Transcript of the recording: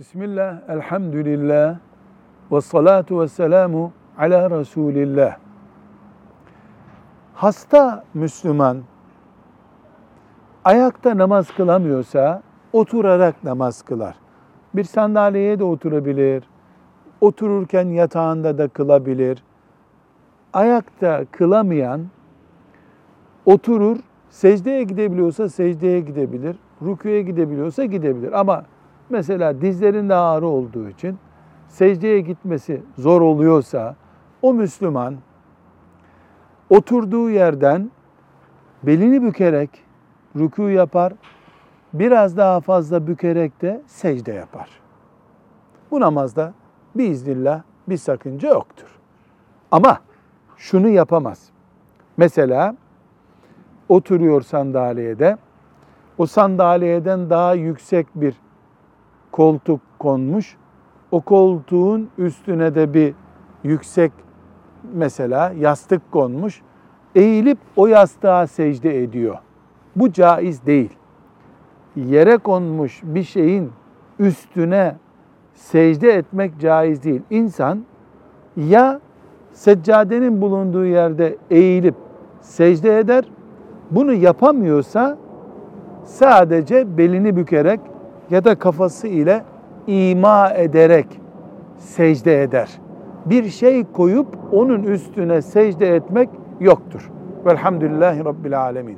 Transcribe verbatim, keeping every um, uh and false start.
Bismillah, elhamdülillah, ve salatu ve selamu ala Resulillah. Hasta Müslüman ayakta namaz kılamıyorsa oturarak namaz kılar. Bir sandalyeye de oturabilir, otururken yatağında da kılabilir. Ayakta kılamayan oturur, secdeye gidebiliyorsa secdeye gidebilir, rükûye gidebiliyorsa gidebilir. Ama mesela dizlerinde ağrı olduğu için secdeye gitmesi zor oluyorsa o Müslüman oturduğu yerden belini bükerek rükû yapar, biraz daha fazla bükerek de secde yapar. Bu namazda biiznillah bir sakınca yoktur. Ama şunu yapamaz. Mesela oturuyor sandalyede, o sandalyeden daha yüksek bir koltuk konmuş, o koltuğun üstüne de bir yüksek mesela yastık konmuş, eğilip o yastığa secde ediyor. Bu caiz değil. Yere konmuş bir şeyin üstüne secde etmek caiz değil. İnsan ya seccadenin bulunduğu yerde eğilip secde eder, bunu yapamıyorsa sadece belini bükerek ya da kafası ile ima ederek secde eder. Bir şey koyup onun üstüne secde etmek yoktur. Velhamdülillahi Rabbil alemin.